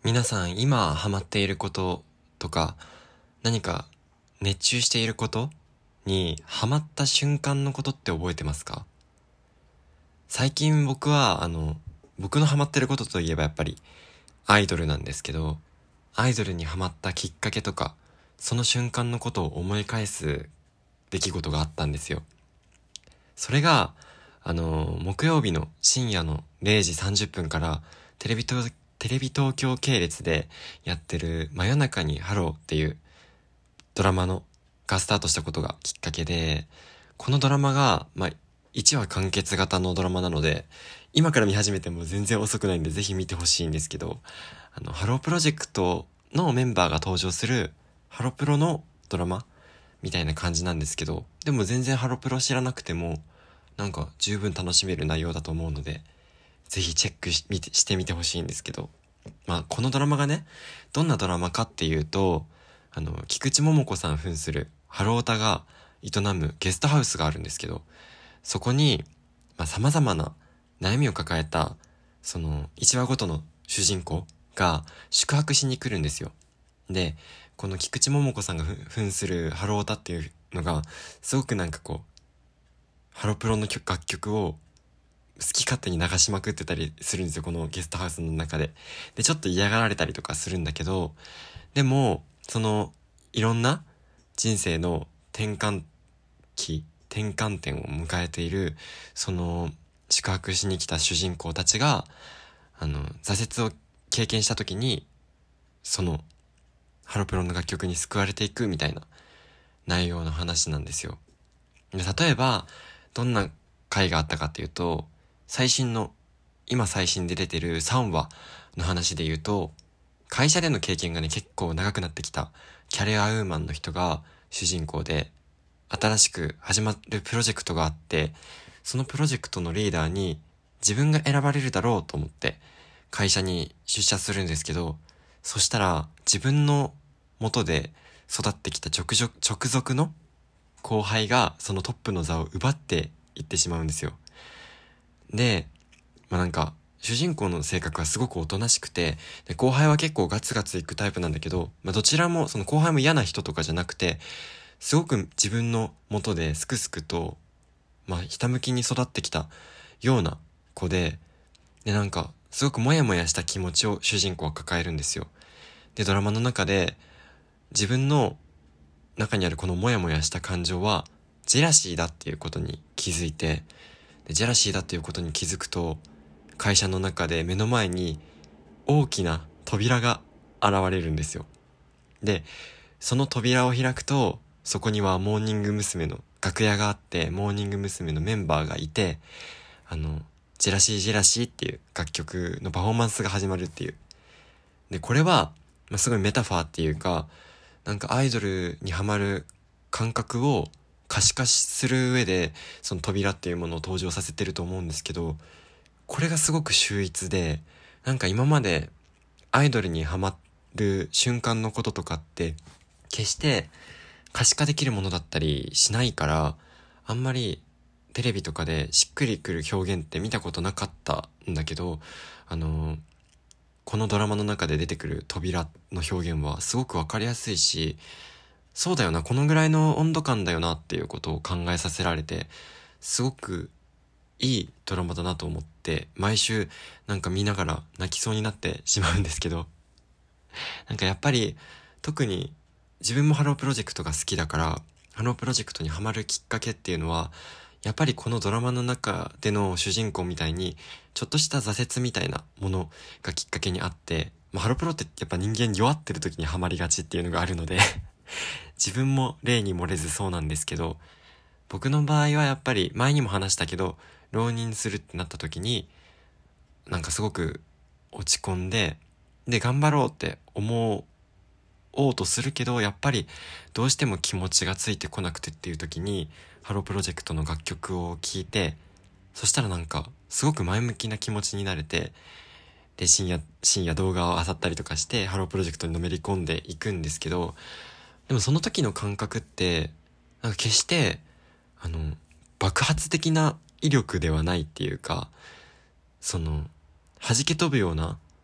皆さん今ハマっていることとか何か熱中していることにハマった瞬間のことって覚えてますか？最近僕は僕のハマってることといえばやっぱりアイドルなんですけど、アイドルにハマったきっかけとかその瞬間のことを思い返す出来事があったんですよ。それが木曜日の深夜の0時30分からテレビ東京系列でやってる真夜中にハローっていうドラマがスタートしたことがきっかけで、このドラマが、1話完結型のドラマなので、今から見始めても全然遅くないんでぜひ見てほしいんですけど、ハロープロジェクトのメンバーが登場するハロプロのドラマみたいな感じなんですけど、でも全然ハロプロ知らなくても、なんか十分楽しめる内容だと思うので、ぜひチェックしてみてほしいんですけど、このドラマがね、どんなドラマかっていうと、菊池桃子さん扮するハロータが営むゲストハウスがあるんですけど、そこに、様々な悩みを抱えた、その、1話ごとの主人公が宿泊しに来るんですよ。で、この菊池桃子さんが扮するハロータっていうのが、すごくハロプロの楽曲を好き勝手に流しまくってたりするんですよ、このゲストハウスの中で。で、ちょっと嫌がられたりとかするんだけど、でも、いろんな人生の転換点を迎えている、宿泊しに来た主人公たちが、挫折を経験した時に、ハロプロの楽曲に救われていくみたいな内容の話なんですよ。で、例えば、どんな回があったかっていうと、今最新で出てる3話の話で言うと、会社での経験がね、結構長くなってきたキャリアウーマンの人が主人公で、新しく始まるプロジェクトがあって、そのプロジェクトのリーダーに自分が選ばれるだろうと思って会社に出社するんですけど、そしたら自分の元で育ってきた直属の後輩がそのトップの座を奪っていってしまうんですよ。で、主人公の性格はすごくおとなしくて、で、後輩は結構ガツガツいくタイプなんだけど、どちらも、その後輩も嫌な人とかじゃなくて、すごく自分の元ですくすくと、ひたむきに育ってきたような子で、すごくモヤモヤした気持ちを主人公は抱えるんですよ。で、ドラマの中で、自分の中にあるこのモヤモヤした感情は、ジェラシーだっていうことに気づいて、で、ジェラシーだっていうことに気づくと、会社の中で目の前に大きな扉が現れるんですよ。で、その扉を開くと、そこにはモーニング娘。の楽屋があって、モーニング娘。のメンバーがいて、ジェラシージェラシーっていう楽曲のパフォーマンスが始まるっていう。で、これは、すごいメタファーっていうか、アイドルにハマる感覚を可視化する上で、その扉っていうものを登場させてると思うんですけど、これがすごく秀逸で、今までアイドルにハマる瞬間のこととかって、決して可視化できるものだったりしないから、あんまりテレビとかでしっくりくる表現って見たことなかったんだけど、このドラマの中で出てくる扉の表現はすごくわかりやすいし、そうだよな、このぐらいの温度感だよなっていうことを考えさせられて、すごくいいドラマだなと思って、毎週見ながら泣きそうになってしまうんですけど、やっぱり特に自分もハロープロジェクトが好きだから、ハロープロジェクトにハマるきっかけっていうのは、やっぱりこのドラマの中での主人公みたいに、ちょっとした挫折みたいなものがきっかけにあって、ハロプロってやっぱ人間弱ってる時にハマりがちっていうのがあるので自分も例に漏れずそうなんですけど、僕の場合はやっぱり前にも話したけど、浪人するってなった時に、すごく落ち込んで、で、頑張ろうって思おうとするけど、やっぱりどうしても気持ちがついてこなくてっていう時に、ハロープロジェクトの楽曲を聴いて、そしたらすごく前向きな気持ちになれて、で、深夜動画を漁ったりとかして、ハロープロジェクトにのめり込んでいくんですけど、でもその時の感覚って、決して、爆発的な威力ではないっていうか、弾け飛ぶような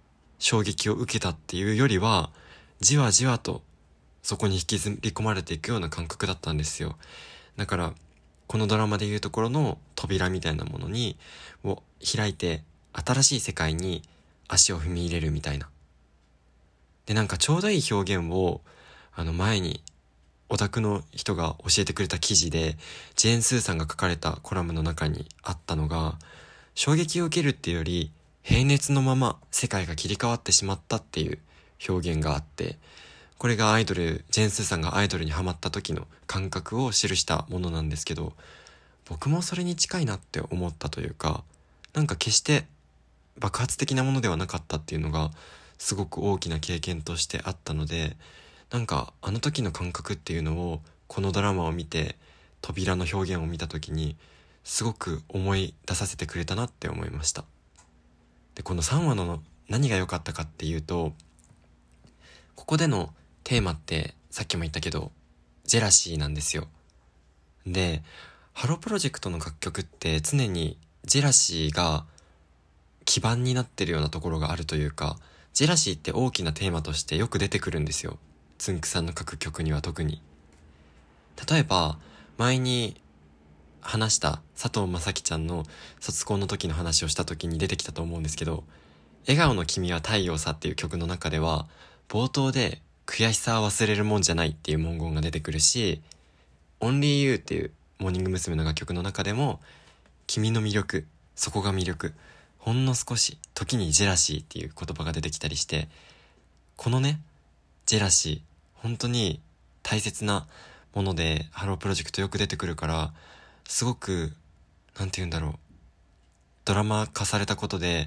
衝撃を受けたっていうよりは、じわじわとそこに引きずり込まれていくような感覚だったんですよ。だからこのドラマでいうところの扉みたいなものを開いて、新しい世界に足を踏み入れるみたいな。で、なんかちょうどいい表現を前にオタクの人が教えてくれた記事で、ジェーン・スーさんが書かれたコラムの中にあったのが、衝撃を受けるっていうより平熱のまま世界が切り替わってしまったっていう表現があって、これがジェーン・スーさんがアイドルにハマった時の感覚を記したものなんですけど、僕もそれに近いなって思ったというか、なんか決して爆発的なものではなかったっていうのがすごく大きな経験としてあったので、なんかあの時の感覚っていうのをこのドラマを見て、扉の表現を見た時にすごく思い出させてくれたなって思いました。で、この3話の何が良かったかっていうと、ここでのテーマってさっきも言ったけどジェラシーなんですよ。で、ハロープロジェクトの楽曲って常にジェラシーが基盤になってるようなところがあるというか、ジェラシーって大きなテーマとしてよく出てくるんですよ、つんくさんの書く曲には特に。例えば前に話した佐藤正樹ちゃんの卒コンの時の話をした時に出てきたと思うんですけど、笑顔の君は太陽さっていう曲の中では冒頭で悔しさは忘れるもんじゃないっていう文言が出てくるし、Only You っていうモーニング娘。の楽曲の中でも君の魅力、そこが魅力、ほんの少し、時にジェラシーっていう言葉が出てきたりして、このね、ジェラシー、本当に大切なもので、ハロープロジェクトよく出てくるから、すごく、なんて言うんだろう、ドラマ化されたことで、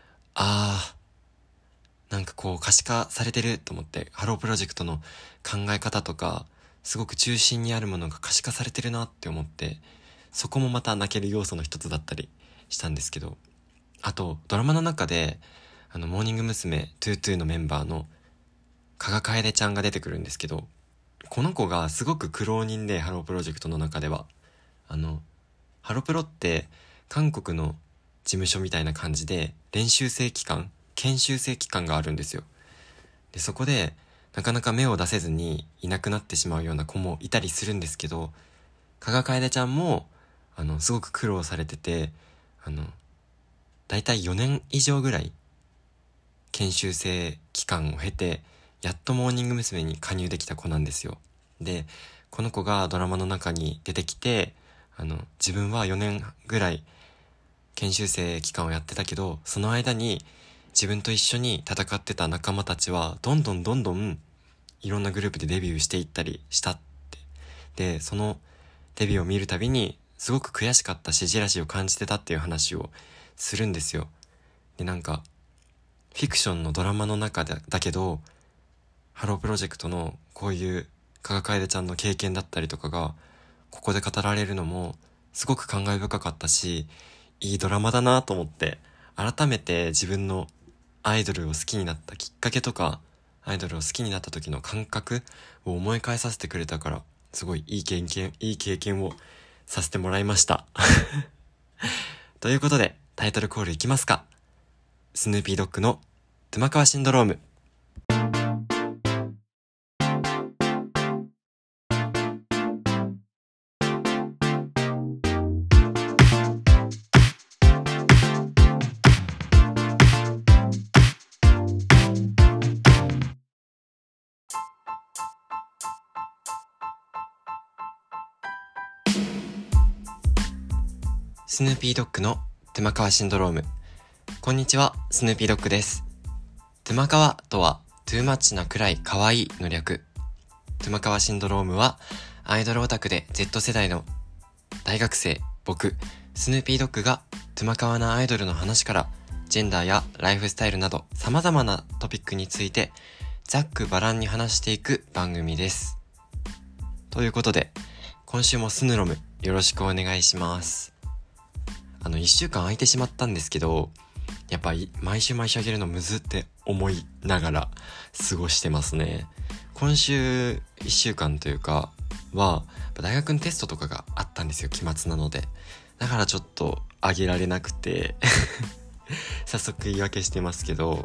なんかこう可視化されてると思って、ハロープロジェクトの考え方とか、すごく中心にあるものが可視化されてるなって思って、そこもまた泣ける要素の一つだったりしたんですけど、あとドラマの中でモーニング娘。22のメンバーの加賀楓ちゃんが出てくるんですけど、この子がすごく苦労人で、ハロープロジェクトの中ではハロプロって韓国の事務所みたいな感じで研修生期間があるんですよ。で、そこでなかなか芽を出せずにいなくなってしまうような子もいたりするんですけど、加賀楓ちゃんもすごく苦労されてて、だいたい4年以上ぐらい研修生期間を経て、やっとモーニング娘。に加入できた子なんですよ。で、この子がドラマの中に出てきて、自分は4年ぐらい研修生期間をやってたけど、その間に自分と一緒に戦ってた仲間たちはどんどんいろんなグループでデビューしていったりしたって。で、そのデビューを見るたびにすごく悔しかったし、ジェラシーを感じてたっていう話をするんですよ。で、なんかフィクションのドラマの中だけど、ハロープロジェクトのこういう加賀楓ちゃんの経験だったりとかがここで語られるのもすごく感慨深かったし、いいドラマだなと思って、改めて自分のアイドルを好きになったきっかけとか、アイドルを好きになった時の感覚を思い返させてくれたから、すごいいい経験をさせてもらいましたということでタイトルコールいきますか。スヌーピードッグの妻川シンドローム。スヌーピードッグの妻川シンドローム。こんにちは、スヌーピードッグです。妻川とはトゥーマッチなくらい可愛いの略。妻川シンドロームはアイドルオタクで Z 世代の大学生僕スヌーピードッグが妻川なアイドルの話からジェンダーやライフスタイルなど様々なトピックについてざっくばらんに話していく番組です。ということで今週もスヌロムよろしくお願いします。1週間空いてしまったんですけど、やっぱり毎週あげるのむずって思いながら過ごしてますね。今週1週間というかは大学のテストとかがあったんですよ、期末なので。だからちょっとあげられなくて早速言い訳してますけど、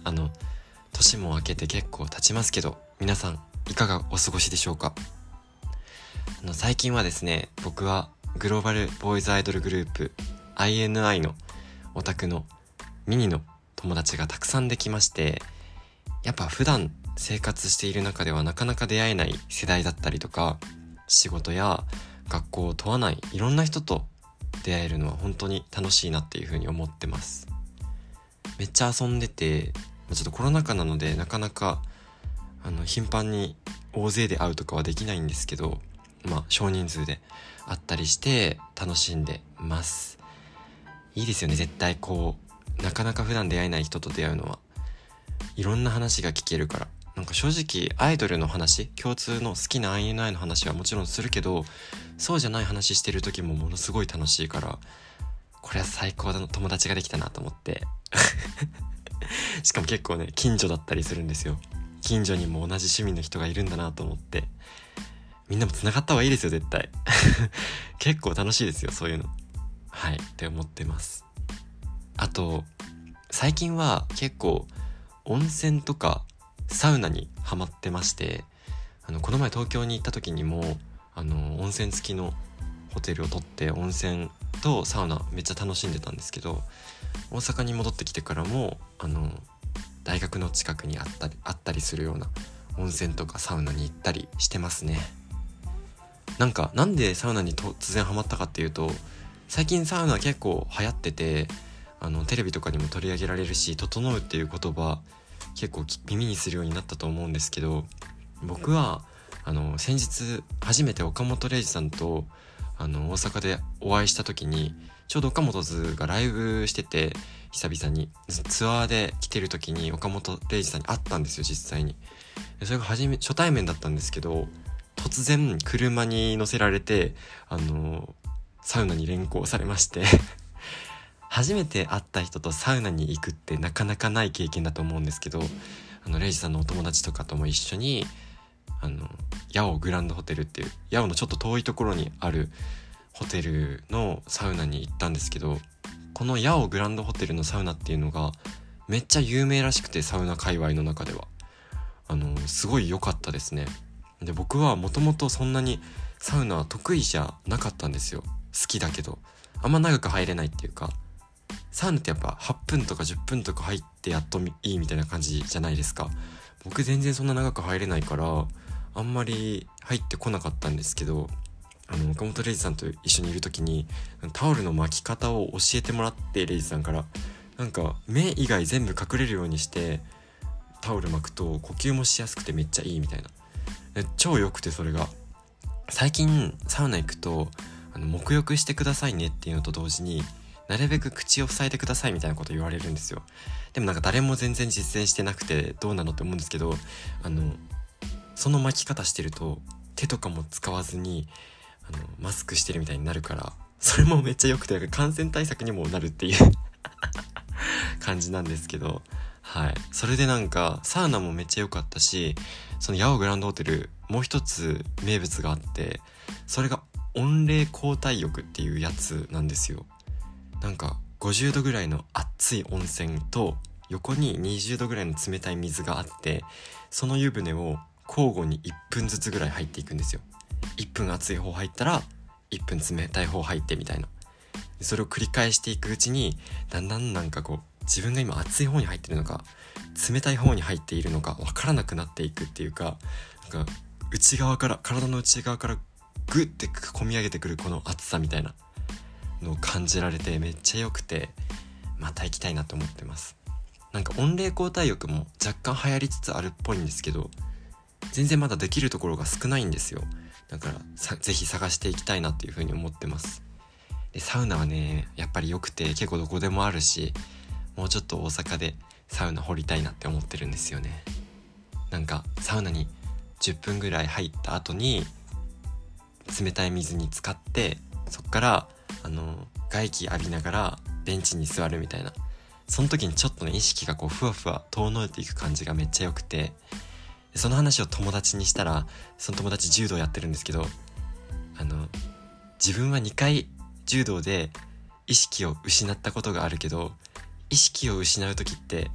年も明けて結構経ちますけど、皆さんいかがお過ごしでしょうか。最近はですね、僕はグローバルボーイズアイドルグループ INI のオタクのミニの友達がたくさんできまして、やっぱ普段生活している中ではなかなか出会えない世代だったりとか、仕事や学校を問わないいろんな人と出会えるのは本当に楽しいなっていうふうに思ってます。めっちゃ遊んでて、ちょっとコロナ禍なのでなかなか頻繁に大勢で会うとかはできないんですけど、少人数で会ったりして楽しんでます。いいですよね、絶対なかなか普段出会えない人と出会うのはいろんな話が聞けるから。なんか正直アイドルの話、共通の好きな INI の話はもちろんするけど、そうじゃない話してる時もものすごい楽しいから、これは最高の友達ができたなと思ってしかも結構ね、近所だったりするんですよ。近所にも同じ趣味の人がいるんだなと思って、みんなも繋がった方がいいですよ絶対結構楽しいですよ、そういうの。はいって思ってます。あと最近は結構温泉とかサウナにハマってまして、この前東京に行った時にも温泉付きのホテルを取って温泉とサウナめっちゃ楽しんでたんですけど、大阪に戻ってきてからも大学の近くにあったりするような温泉とかサウナに行ったりしてますね。なんでサウナに突然ハマったかっていうと、最近サウナ結構流行ってて、テレビとかにも取り上げられるし、整うっていう言葉結構耳にするようになったと思うんですけど、僕は先日初めて岡本零士さんと大阪でお会いした時に、ちょうど岡本図がライブしてて、久々にツアーで来てる時に岡本零士さんに会ったんですよ、実際に。それが初対面だったんですけど、突然車に乗せられてサウナに連行されまして初めて会った人とサウナに行くってなかなかない経験だと思うんですけど、レイジさんのお友達とかとも一緒にヤオグランドホテルっていうヤオのちょっと遠いところにあるホテルのサウナに行ったんですけど、このヤオグランドホテルのサウナっていうのがめっちゃ有名らしくて、サウナ界隈の中ではすごい良かったですね。で、僕はもともとそんなにサウナ得意じゃなかったんですよ。好きだけどあんま長く入れないっていうか、サウナってやっぱ8分とか10分とか入ってやっといいみたいな感じじゃないですか。僕全然そんな長く入れないからあんまり入ってこなかったんですけど、岡本零士さんと一緒にいる時にタオルの巻き方を教えてもらって、零士さんから目以外全部隠れるようにしてタオル巻くと呼吸もしやすくてめっちゃいいみたいな。超良くて、それが最近サウナ行くと沐浴してくださいねっていうのと同時に、なるべく口を塞いでくださいみたいなこと言われるんですよ。でも誰も全然実践してなくてどうなのって思うんですけど、その巻き方してると手とかも使わずにマスクしてるみたいになるから、それもめっちゃ良くて感染対策にもなるっていう感じなんですけど、はい。それでサウナもめっちゃ良かったし、そのヤオグランドホテルもう一つ名物があって、それが温冷交代浴っていうやつなんですよ。50度ぐらいの熱い温泉と横に20度ぐらいの冷たい水があって、その湯船を交互に1分ずつぐらい入っていくんですよ。1分熱い方入ったら1分冷たい方入ってみたいな。それを繰り返していくうちに、だんだん自分が今熱い方に入ってるのか冷たい方に入っているのか分からなくなっていくっていうか、内側から、体の内側からグッて込み上げてくるこの熱さみたいなのを感じられてめっちゃ良くて、また行きたいなと思ってます。温冷交代浴も若干流行りつつあるっぽいんですけど、全然まだできるところが少ないんですよ。だからぜひ探していきたいなっていうふうに思ってます。で、サウナはねやっぱり良くて結構どこでもあるし、もうちょっと大阪でサウナ掘りたいなって思ってるんですよね。サウナに10分ぐらい入った後に冷たい水に浸かって、そっから外気浴びながらベンチに座るみたいな、その時にちょっとね意識がふわふわ遠のいていく感じがめっちゃ良くて、その話を友達にしたら、その友達柔道やってるんですけど、自分は2回柔道で意識を失ったことがあるけど、意識を失う時って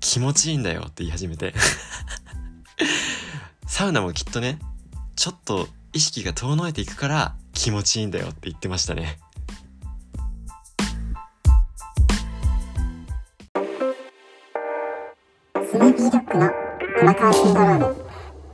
気持ちいいんだよって言い始めてサウナもきっとね、ちょっと意識が遠のいていくから気持ちいいんだよって言ってましたね。 スヌーピードッグの玉川シンドローム。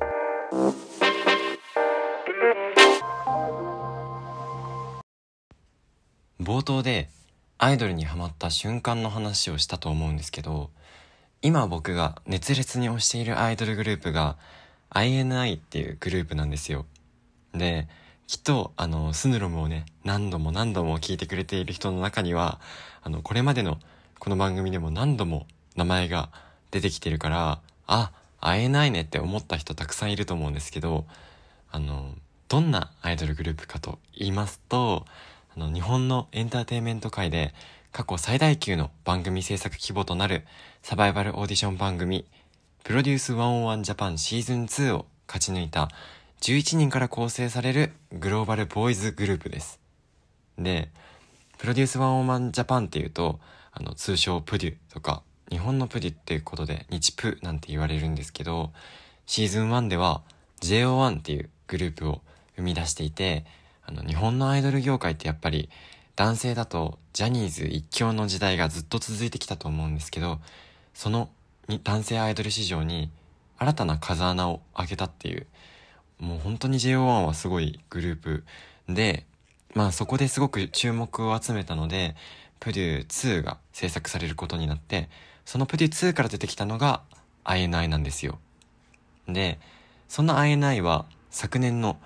冒頭でアイドルにハマった瞬間の話をしたと思うんですけど、今僕が熱烈に推しているアイドルグループが INI っていうグループなんですよ。で、きっとスヌロムをね、何度も何度も聞いてくれている人の中には、これまでのこの番組でも何度も名前が出てきてるから、あ、INI ねって思った人たくさんいると思うんですけど、どんなアイドルグループかと言いますと、日本のエンターテインメント界で過去最大級の番組制作規模となるサバイバルオーディション番組プロデュース101ジャパンシーズン2を勝ち抜いた11人から構成されるグローバルボーイズグループです。で、プロデュース101ジャパンっていうと、通称プデュとか、日本のプデュっていうことで日プなんて言われるんですけど、シーズン1では JO1 っていうグループを生み出していて、日本のアイドル業界ってやっぱり男性だとジャニーズ一強の時代がずっと続いてきたと思うんですけど、その男性アイドル市場に新たな風穴を開けたっていう、もう本当に JO1 はすごいグループで、そこですごく注目を集めたので、プデュ2が制作されることになって、そのプデュ2から出てきたのが INI なんですよ。で、そんな INI は昨年の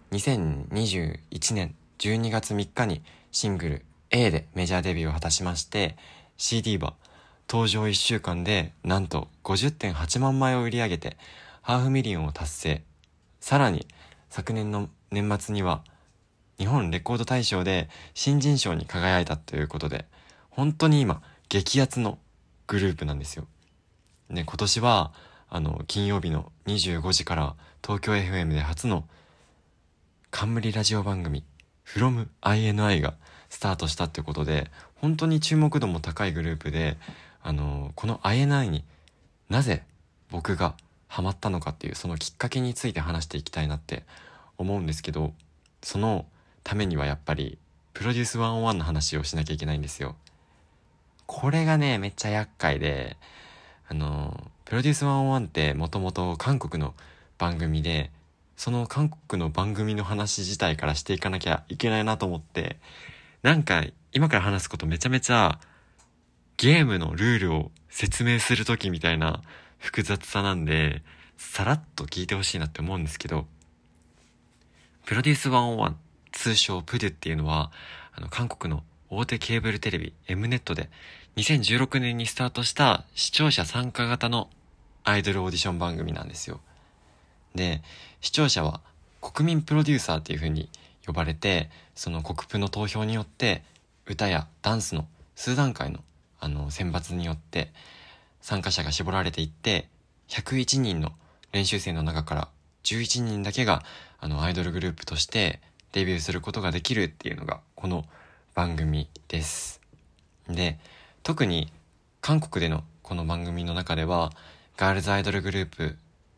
2021年12月3日にシングル A でメジャーデビューを果たしまして、 CD は登場1週間でなんと 50.8 万枚を売り上げてハーフミリオンを達成。さらに昨年の年末には日本レコード大賞で新人賞に輝いたということで、本当に今激アツのグループなんですよ。で、今年は金曜日の25時から東京 FM で初の冠ラジオ番組 From INI がスタートしたってことで、本当に注目度も高いグループで、この INI になぜ僕がハマったのかっていうそのきっかけについて話していきたいなって思うんですけど、そのためにはやっぱりプロデュース101の話をしなきゃいけないんですよ。これがねめっちゃ厄介で、プロデュース101ってもともと韓国の番組で、その韓国の番組の話自体からしていかなきゃいけないなと思って、なんか今から話すことめちゃめちゃゲームのルールを説明するときみたいな複雑さなんで、さらっと聞いてほしいなって思うんですけど、プロデュース101通称プデュっていうのは、韓国の大手ケーブルテレビ M ネットで2016年にスタートした視聴者参加型のアイドルオーディション番組なんですよ。で、視聴者は国民プロデューサーっていう風に呼ばれて、その国プの投票によって歌やダンスの数段階の選抜によって参加者が絞られていって、101人の練習生の中から11人だけがアイドルグループとしてデビューすることができるっていうのがこの番組です。で、特に韓国でのこの番組の中ではガールズアイドルグループ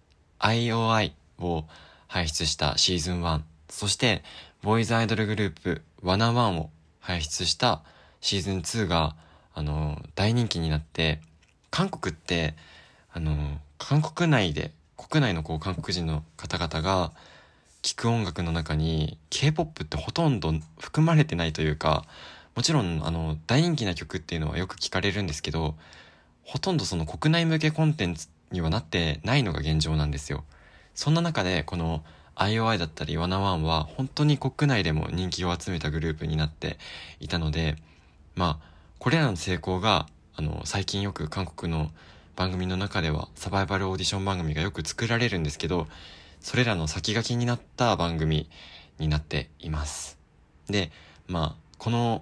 IOI を輩出したシーズン1、そしてボーイズアイドルグループ101を輩出したシーズン2が大人気になって、韓国って韓国内の韓国人の方々が聴く音楽の中に K-POP ってほとんど含まれてないというか、もちろん大人気な曲っていうのはよく聞かれるんですけど、ほとんどその国内向けコンテンツにはなってないのが現状なんですよ。そんな中でこの IOI だったり101は本当に国内でも人気を集めたグループになっていたので、これらの成功が最近よく韓国の番組の中ではサバイバルオーディション番組がよく作られるんですけど、それらの先駆けになった番組になっています。で、この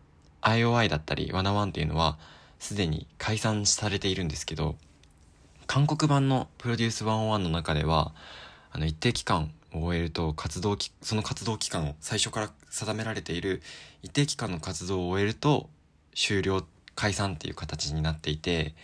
IOI だったり101っていうのはすでに解散されているんですけど、韓国版のプロデュース101の中では一定期間を終えるとその活動期間を最初から定められている一定期間の活動を終えると終了解散っていう形になっていて、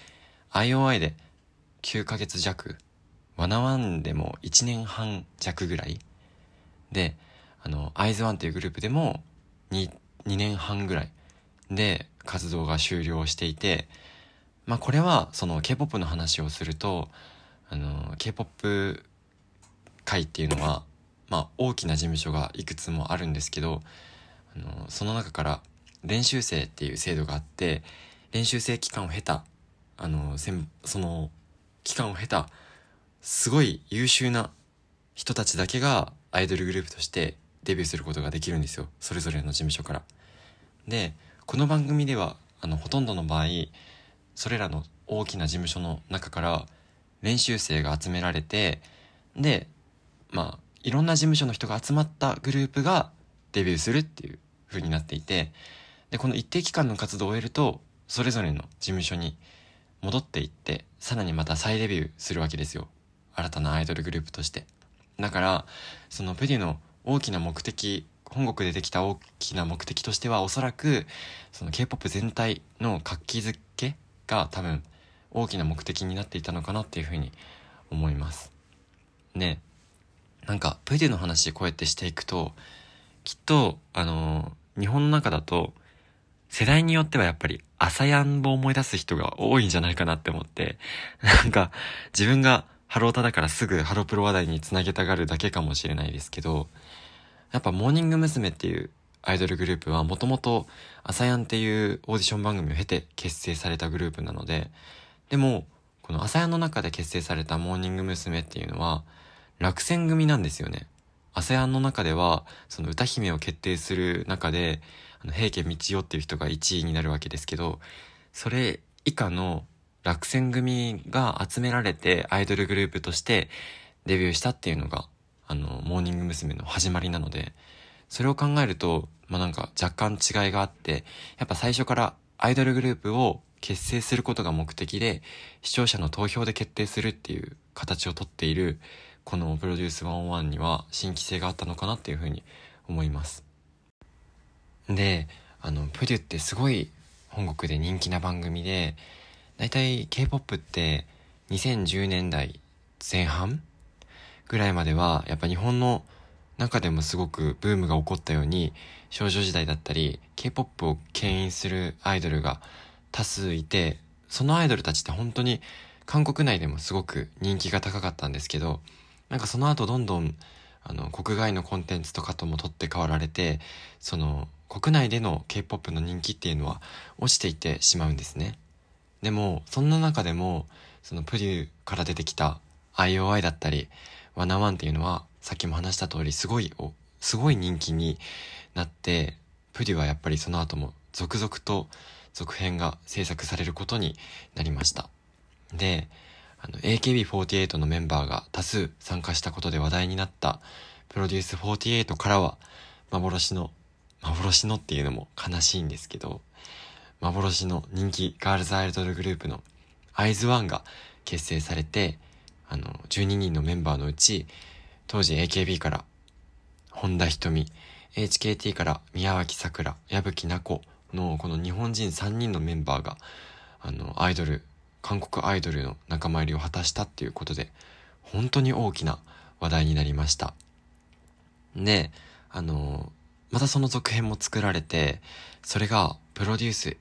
IOI で9ヶ月弱、ワナワンでも1年半弱ぐらいで、アイズワンというグループでも2年半ぐらいで活動が終了していて、これはその K-POP の話をすると、K-POP 界っていうのは、大きな事務所がいくつもあるんですけど、その中から練習生っていう制度があって、練習生期間を経た、その期間を経たすごい優秀な人たちだけがアイドルグループとしてデビューすることができるんですよ、それぞれの事務所から。で、この番組ではほとんどの場合、それらの大きな事務所の中から練習生が集められて、でいろんな事務所の人が集まったグループがデビューするっていう風になっていて、でこの一定期間の活動を終えるとそれぞれの事務所に戻っていって、さらにまた再デビューするわけですよ、新たなアイドルグループとして。だからそのプデュの大きな目的、本国でできた大きな目的としては、おそらくその K-POP 全体の活気づけが多分大きな目的になっていたのかなっていうふうに思います。で、プデュの話こうやってしていくと、きっと日本の中だと世代によってはやっぱり朝やんを思い出す人が多いんじゃないかなって思って、自分がハロータだからすぐハロプロ話題につなげたがるだけかもしれないですけど、やっぱモーニング娘。っていうアイドルグループはもともと朝やんっていうオーディション番組を経て結成されたグループなので、でもこの朝やんの中で結成されたモーニング娘。っていうのは落選組なんですよね。朝やんの中ではその歌姫を決定する中で平家道夫っていう人が1位になるわけですけど、それ以下の落選組が集められてアイドルグループとしてデビューしたっていうのがモーニング娘。の始まりなので、それを考えると若干違いがあって、やっぱ最初からアイドルグループを結成することが目的で視聴者の投票で決定するっていう形をとっているこのプロデュース101には新規性があったのかなっていうふうに思います。で、プデュってすごい本国で人気な番組で、だいたい K-POP って2010年代前半ぐらいまではやっぱ日本の中でもすごくブームが起こったように、少女時代だったり K-POP を牽引するアイドルが多数いて、そのアイドルたちって本当に韓国内でもすごく人気が高かったんですけど、その後どんどん国外のコンテンツとかとも取って代わられて、その国内での K-POP の人気っていうのは落ちていってしまうんですね。でもそんな中でもそのプデュから出てきた IOI だったりワナワンっていうのは、さっきも話した通りすごい人気になって、プデュはやっぱりその後も続々と続編が制作されることになりました。で、AKB48 のメンバーが多数参加したことで話題になったプロデュース48からは、幻のっていうのも悲しいんですけど、幻の人気ガールズアイドルグループのアイズワンが結成されて、12人のメンバーのうち、当時 AKB から本田仁美、HKT から宮脇さくら、矢吹奈子のこの日本人3人のメンバーが韓国アイドルの仲間入りを果たしたっていうことで、本当に大きな話題になりました。で、またその続編も作られて、それがプロデュース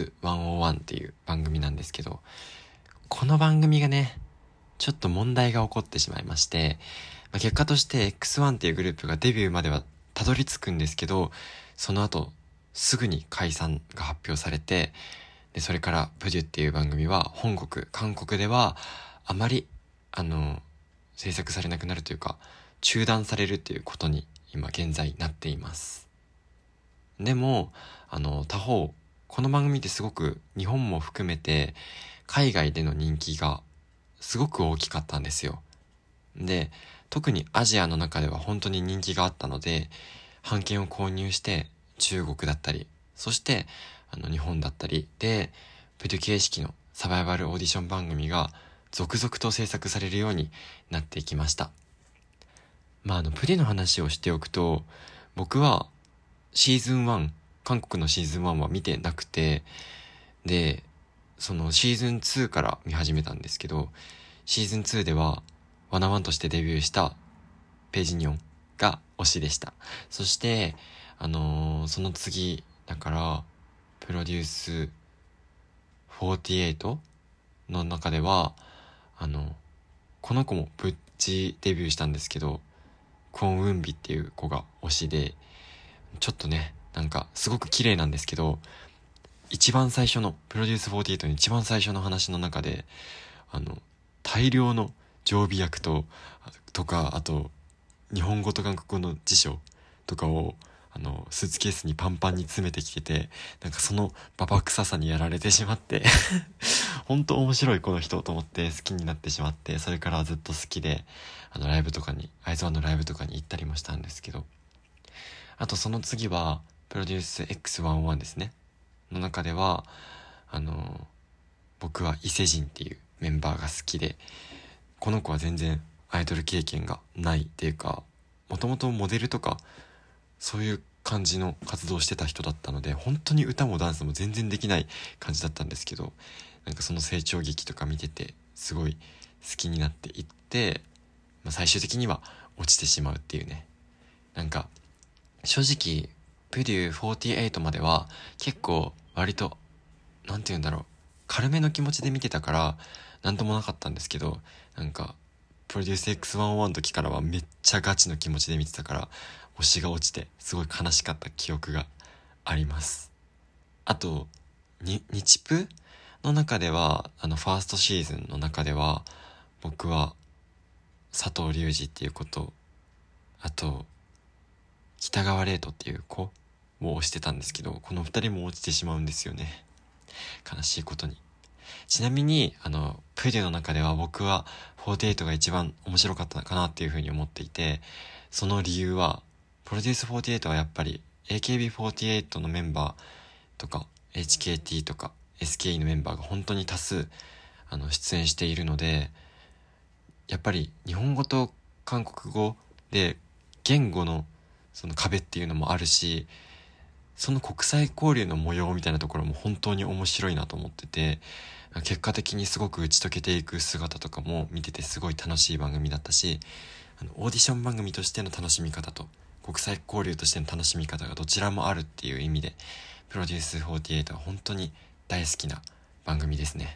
X101 っていう番組なんですけど、この番組がね、ちょっと問題が起こってしまいまして、結果として X1 っていうグループがデビューまではたどり着くんですけど、その後すぐに解散が発表されて、でそれからプデュっていう番組は本国韓国ではあまり制作されなくなるというか、中断されるっていうことに今現在なっています。でも他方この番組ってすごく日本も含めて海外での人気がすごく大きかったんですよ。で、特にアジアの中では本当に人気があったので、版権を購入して中国だったり、そして日本だったりでプデュ形式のサバイバルオーディション番組が続々と制作されるようになっていきました。プデュの話をしておくと、僕はシーズン1、韓国のシーズン1は見てなくて、でそのシーズン2から見始めたんですけど、シーズン2ではワナワンとしてデビューしたページニョンが推しでした。そしてその次だからプロデュース48の中ではこの子もプチデビューしたんですけど、クォン・ウンビっていう子が推しで、ちょっとねなんかすごく綺麗なんですけど、一番最初のプロデュース48の一番最初の話の中で大量の常備薬とか、あと日本語と韓国語の辞書とかをスーツケースにパンパンに詰めてきてて、なんかそのババ臭さにやられてしまって本当面白いこの人と思って好きになってしまって、それからずっと好きでライブとかにアイズワンのライブとかに行ったりもしたんですけど、あとその次はプロデュース X11 ですねの中では僕は伊勢神っていうメンバーが好きで、この子は全然アイドル経験がないっていうか、もともとモデルとかそういう感じの活動をしてた人だったので、本当に歌もダンスも全然できない感じだったんですけど、なんかその成長劇とか見ててすごい好きになっていって、最終的には落ちてしまうっていうね。なんか正直プデュー48までは結構割となんて言うんだろう、軽めの気持ちで見てたからなんともなかったんですけど、なんかプロデュース X11 の時からはめっちゃガチの気持ちで見てたから、推しが落ちてすごい悲しかった記憶があります。あと日プの中ではファーストシーズンの中では僕は佐藤隆二っていう子と、あと北川玲斗っていう子を推してたんですけど、この二人も落ちてしまうんですよね、悲しいことに。ちなみにプデュの中では僕は48が一番面白かったのかなっていうふうに思っていて、その理由はプロデュース48はやっぱり AKB48 のメンバーとか HKT とか SKE のメンバーが本当に多数出演しているので、やっぱり日本語と韓国語で言語のその壁っていうのもあるし、その国際交流の模様みたいなところも本当に面白いなと思ってて、結果的にすごく打ち解けていく姿とかも見ててすごい楽しい番組だったし、オーディション番組としての楽しみ方と国際交流としての楽しみ方がどちらもあるっていう意味で、プロデュース48は本当に大好きな番組ですね。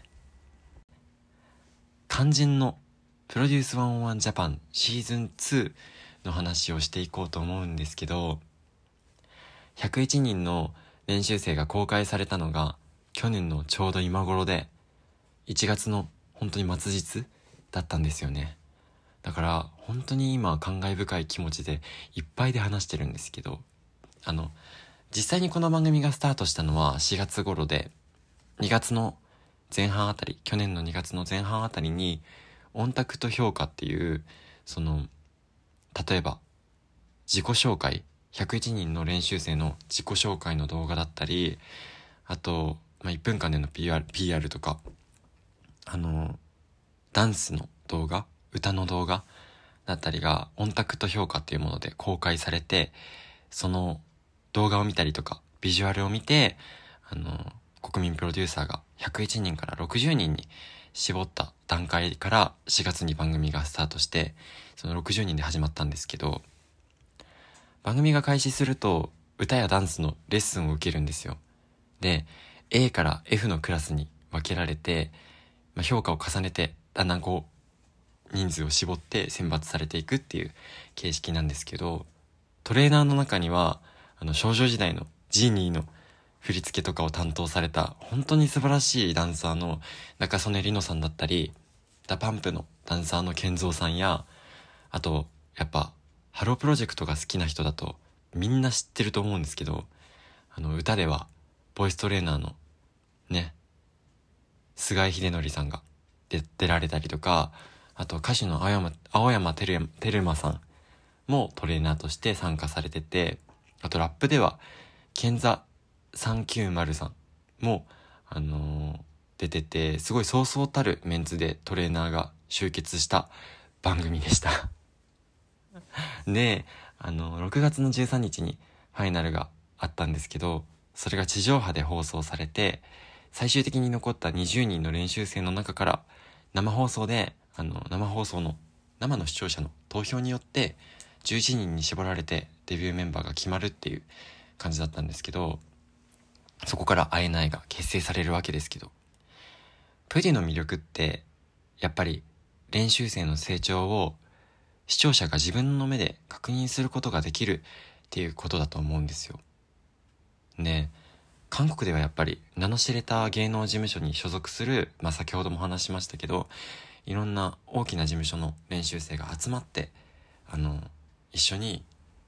肝心のプロデュース101ジャパンシーズン2の話をしていこうと思うんですけど、101人の練習生が公開されたのが去年のちょうど今頃で、1月の本当に末日だったんですよね。だから本当に今感慨深い気持ちでいっぱいで話してるんですけど、実際にこの番組がスタートしたのは4月頃で、2月の前半あたり、去年の2月の前半あたりにオンタクト評価っていう例えば自己紹介、101人の練習生の自己紹介の動画だったり、あと、1分間での PR とかダンスの動画、歌の動画だったりがオンタクト評価っていうもので公開されて、その動画を見たりとかビジュアルを見て国民プロデューサーが101人から60人に絞った段階から4月に番組がスタートして、その60人で始まったんですけど、番組が開始すると歌やダンスのレッスンを受けるんですよ。で A から F のクラスに分けられて、評価を重ねてだんだん人数を絞って選抜されていくっていう形式なんですけど、トレーナーの中には少女時代のジーニーの振り付けとかを担当された本当に素晴らしいダンサーの中曽根里乃さんだったり、ダパンプのダンサーの健三さんや、あとやっぱハロープロジェクトが好きな人だとみんな知ってると思うんですけど、歌ではボイストレーナーのね菅井秀則さんが出られたりとか、あと歌手の青山テルマさんもトレーナーとして参加されてて、あとラップではケンザ390さんも出てて、すごいそうそうたるメンツでトレーナーが集結した番組でしたで6月の13日にファイナルがあったんですけど、それが地上波で放送されて、 最終的に残った20人の練習生の中から生放送で生の視聴者の投票によって11人に絞られてデビューメンバーが決まるっていう感じだったんですけど、そこからINIが結成されるわけですけど、プデュの魅力ってやっぱり練習生の成長を視聴者が自分の目で確認することができるっていうことだと思うんですよ。で、韓国ではやっぱり名の知れた芸能事務所に所属する、先ほども話しましたけど、いろんな大きな事務所の練習生が集まって一緒に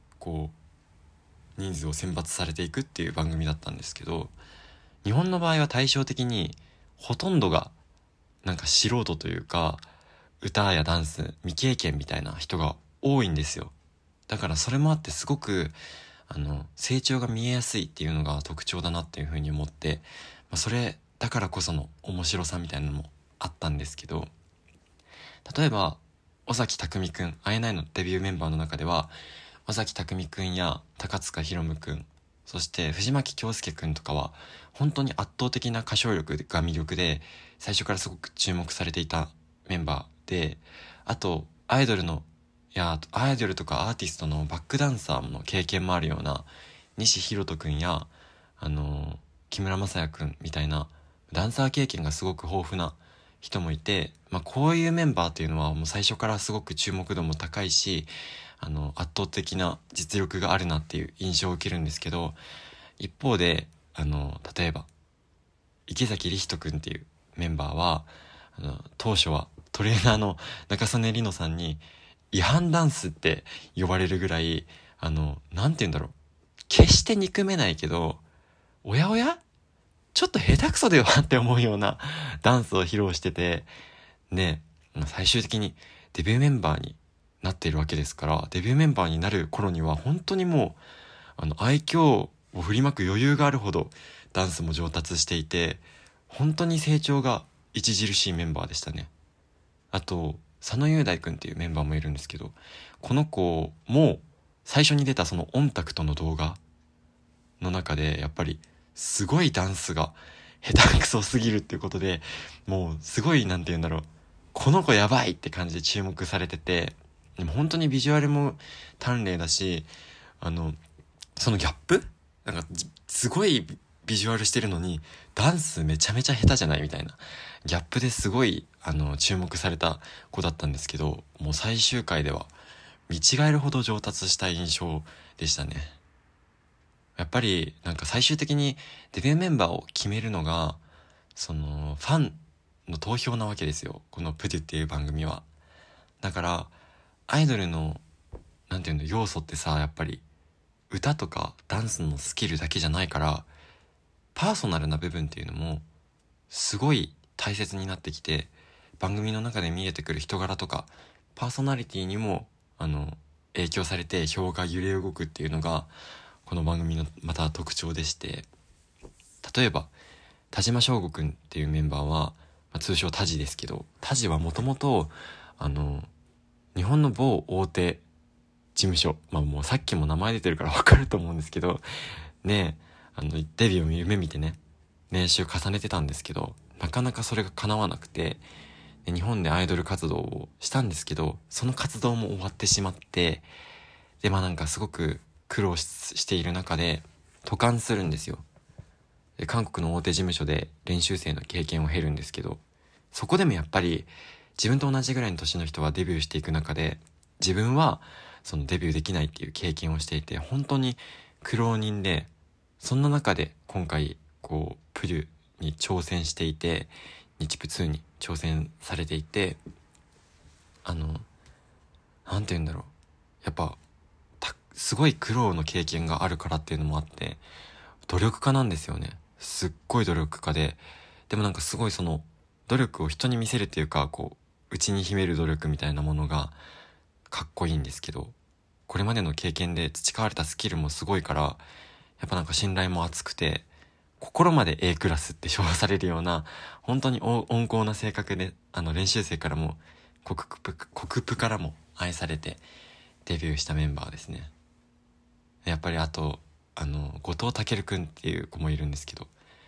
人数を選抜されていくっていう番組だったんですけど、日本の場合は対照的にほとんどが素人というか、歌やダンス未経験みたいな人が多いんですよ。だからそれもあってすごく成長が見えやすいっていうのが特徴だなっていうふうに思って、それだからこその面白さみたいなのもあったんですけど、例えば尾崎匠くん、INIのデビューメンバーの中では尾崎匠くんや高塚大夢くん、そして藤巻恭介くんとかは本当に圧倒的な歌唱力が魅力で、最初からすごく注目されていたメンバーで、あとアイドルとかアーティストのバックダンサーの経験もあるような西洸人くんや木村柾哉くんみたいなダンサー経験がすごく豊富な人もいて、こういうメンバーっていうのはもう最初からすごく注目度も高いし、圧倒的な実力があるなっていう印象を受けるんですけど、一方で例えば池崎理人くんっていうメンバーは当初はトレーナーの中曽根里乃さんに違反ダンスって呼ばれるぐらいなんて言うんだろう、決して憎めないけど、おやおやちょっと下手くそだよって思うようなダンスを披露してて、で最終的にデビューメンバーになっているわけですから、デビューメンバーになる頃には本当にもう愛嬌を振りまく余裕があるほどダンスも上達していて、本当に成長が著しいメンバーでしたね。あと佐野雄大くんっていうメンバーもいるんですけど、この子も最初に出たそのオンタクトの動画の中でやっぱりすごいダンスが下手くそすぎるっていうことで、もうすごいこの子やばいって感じで注目されてて、でも本当にビジュアルも端麗だし、そのギャップすごいビジュアルしてるのにダンスめちゃめちゃ下手じゃないみたいなギャップですごい注目された子だったんですけど、もう最終回では見違えるほど上達した印象でしたね。やっぱり最終的にデビューメンバーを決めるのがそのファンの投票なわけですよ、このプデュっていう番組は。だからアイドルの要素ってさ、やっぱり歌とかダンスのスキルだけじゃないから、パーソナルな部分っていうのもすごい大切になってきて、番組の中で見えてくる人柄とかパーソナリティにも影響されて票が揺れ動くっていうのがこの番組のまた特徴でして、例えば田島翔吾くんっていうメンバーは、通称タジですけど、タジはもともと日本の某大手事務所、もうさっきも名前出てるから分かると思うんですけどね、デビューを夢見てね練習重ねてたんですけど、なかなかそれが叶わなくて、で日本でアイドル活動をしたんですけど、その活動も終わってしまって、ですごく苦労している中で渡韓するんですよ。で韓国の大手事務所で練習生の経験を経るんですけど、そこでもやっぱり自分と同じぐらいの年の人はデビューしていく中で、自分はそのデビューできないっていう経験をしていて、本当に苦労人で、そんな中で今回プデュに挑戦していて、日プ2に挑戦されていて、やっぱすごい苦労の経験があるからっていうのもあって、努力家なんですよね。すっごい努力家で、でもすごいその努力を人に見せるっていうか、内に秘める努力みたいなものがかっこいいんですけど、これまでの経験で培われたスキルもすごいから、やっぱ信頼も厚くて、心まで A クラスって称されるような本当に温厚な性格で、練習生からも国プからも愛されてデビューしたメンバーですね。やっぱりあと後藤健くんっていう子もいるんですけど、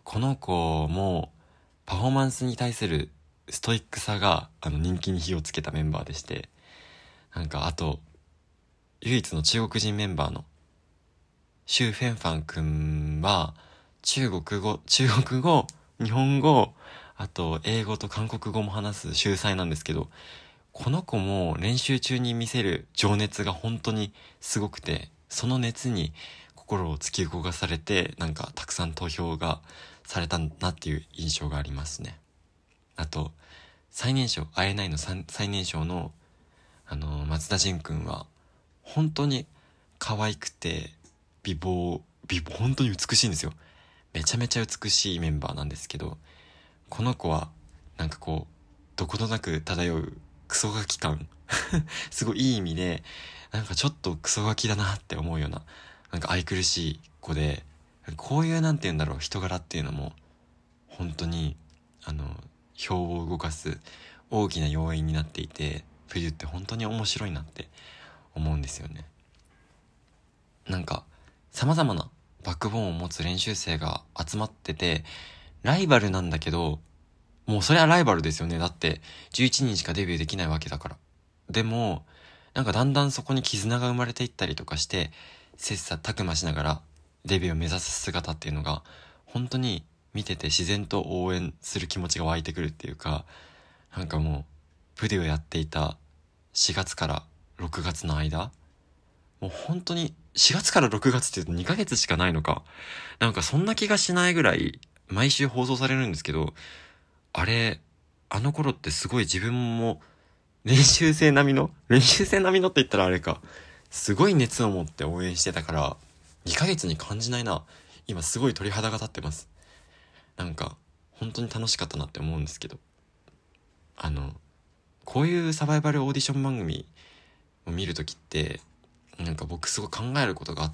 この子もパフォーマンスに対するストイックさが人気に火をつけたメンバーでして、なんかあと唯一の中国人メンバーのシュウ・フェンファン君は中国語、日本語、あと英語と韓国語も話す秀才なんですけど、この子も練習中に見せる情熱が本当にすごくて、その熱に心を突き動かされて、なんかたくさん投票がされたなっていう印象がありますね。あと最年少 INI の最年少の松田迅君は本当に可愛くて美貌本当に美しいんですよ。めちゃめちゃ美しいメンバーなんですけど、この子はなんかこうどことなく漂うクソガキ感すごいいい意味で、なんかちょっとクソガキだなって思うような、なんか愛くるしい子で、こういうなんて言うんだろう、人柄っていうのも本当に票を動かす大きな要因になっていて、冬って本当に面白いなって思うんですよね。なんか様々なバックボーンを持つ練習生が集まってて、ライバルなんだけど、もうそれはライバルですよね。だって11人しかデビューできないわけだから。でもなんかだんだんそこに絆が生まれていったりとかして、切磋琢磨しながらデビューを目指す姿っていうのが本当に見てて自然と応援する気持ちが湧いてくるっていうか、なんかもうプデュをやっていた4月から6月の間、もう本当に4月から6月って言うと2ヶ月しかないのか、なんかそんな気がしないぐらい毎週放送されるんですけど、あの頃ってすごい自分も練習生並みのって言ったらあれか、すごい熱を持って応援してたから、2ヶ月に感じないな。今すごい鳥肌が立ってます。なんか本当に楽しかったなって思うんですけど、こういうサバイバルオーディション番組を見るときって、なんか僕すごい考えることがあって、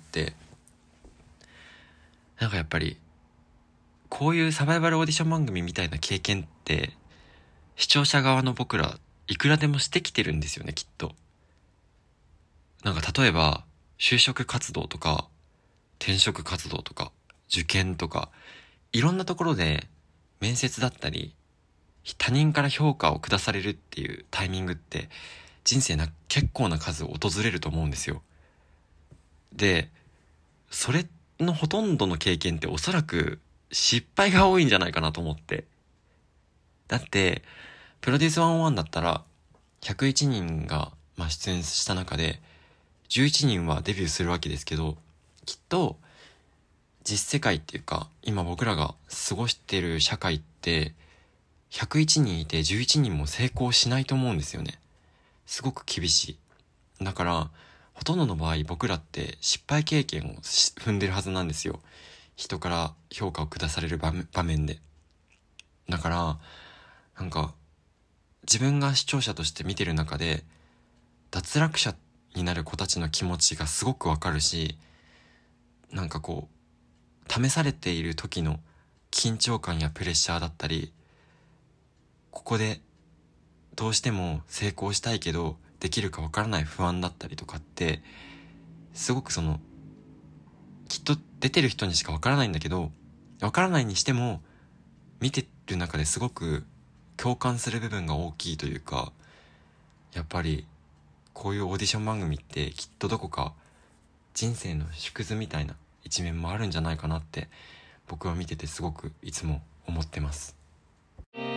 なんかやっぱりこういうサバイバルオーディション番組みたいな経験って視聴者側の僕らいくらでもしてきてるんですよね、きっと。なんか例えば就職活動とか転職活動とか受験とか、いろんなところで面接だったり他人から評価を下されるっていうタイミングって人生結構な数訪れると思うんですよ。で、それのほとんどの経験っておそらく失敗が多いんじゃないかなと思って。だってプロデュース101だったら101人が出演した中で11人はデビューするわけですけど、きっと実世界っていうか今僕らが過ごしてる社会って101人いて11人も成功しないと思うんですよね。すごく厳しい。だからほとんどの場合僕らって失敗経験を踏んでるはずなんですよ。人から評価を下される場面で。だからなんか自分が視聴者として見てる中で脱落者になる子たちの気持ちがすごくわかるし、なんかこう試されている時の緊張感やプレッシャーだったり、ここでどうしても成功したいけどできるかわからない不安だったりとかって、すごくきっと出てる人にしかわからないんだけど、わからないにしても見てる中ですごく共感する部分が大きいというか、やっぱりこういうオーディション番組ってきっとどこか人生の縮図みたいな一面もあるんじゃないかなって僕は見ててすごくいつも思ってます。スヌー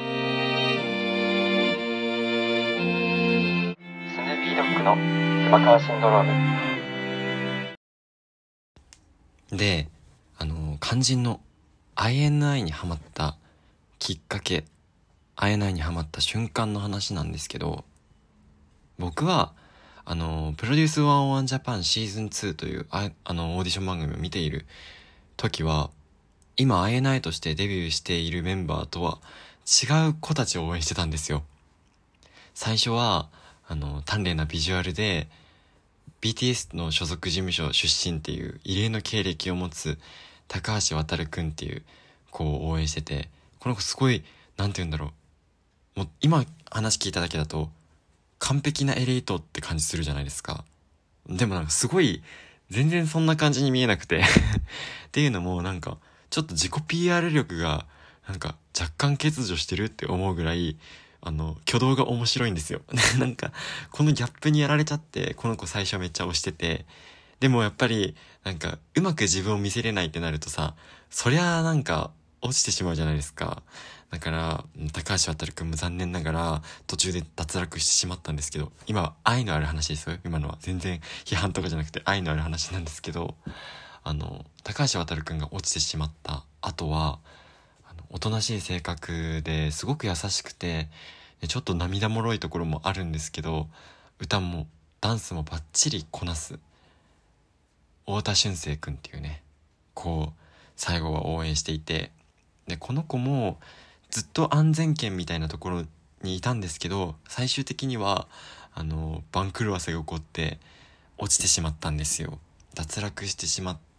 ピードッグの熊川シンドロームで、肝心の INI にハマったきっかけ、INI にハマった瞬間の話なんですけど、僕はプロデュース101ジャパンシーズン2というオーディション番組を見ている時は、今 INI としてデビューしているメンバーとは違う子たちを応援してたんですよ。最初は端麗なビジュアルで BTS の所属事務所出身っていう異例の経歴を持つ高橋渉くんっていう子を応援してて、この子すごいなんて言うんだろう、もう今話聞いただけだと完璧なエリートって感じするじゃないですか。でもなんかすごい全然そんな感じに見えなくてっていうのもなんかちょっと自己 PR 力がなんか若干欠如してるって思うぐらい挙動が面白いんですよなんかこのギャップにやられちゃって、この子最初めっちゃ推してて、でもやっぱりなんかうまく自分を見せれないってなるとさ、そりゃなんか落ちてしまうじゃないですか。だから高橋渡くんも残念ながら途中で脱落してしまったんですけど、今は愛のある話ですよ。今のは全然批判とかじゃなくて愛のある話なんですけど、高橋渡くんが落ちてしまった後はおとなしい性格ですごく優しくて、ちょっと涙もろいところもあるんですけど、歌もダンスもバッチリこなす太田俊成くんっていうね、こう最後は応援していて、でこの子もずっと安全圏みたいなところにいたんですけど、最終的には番狂わせが起こって落ちてしまったんですよ。脱落してしまって、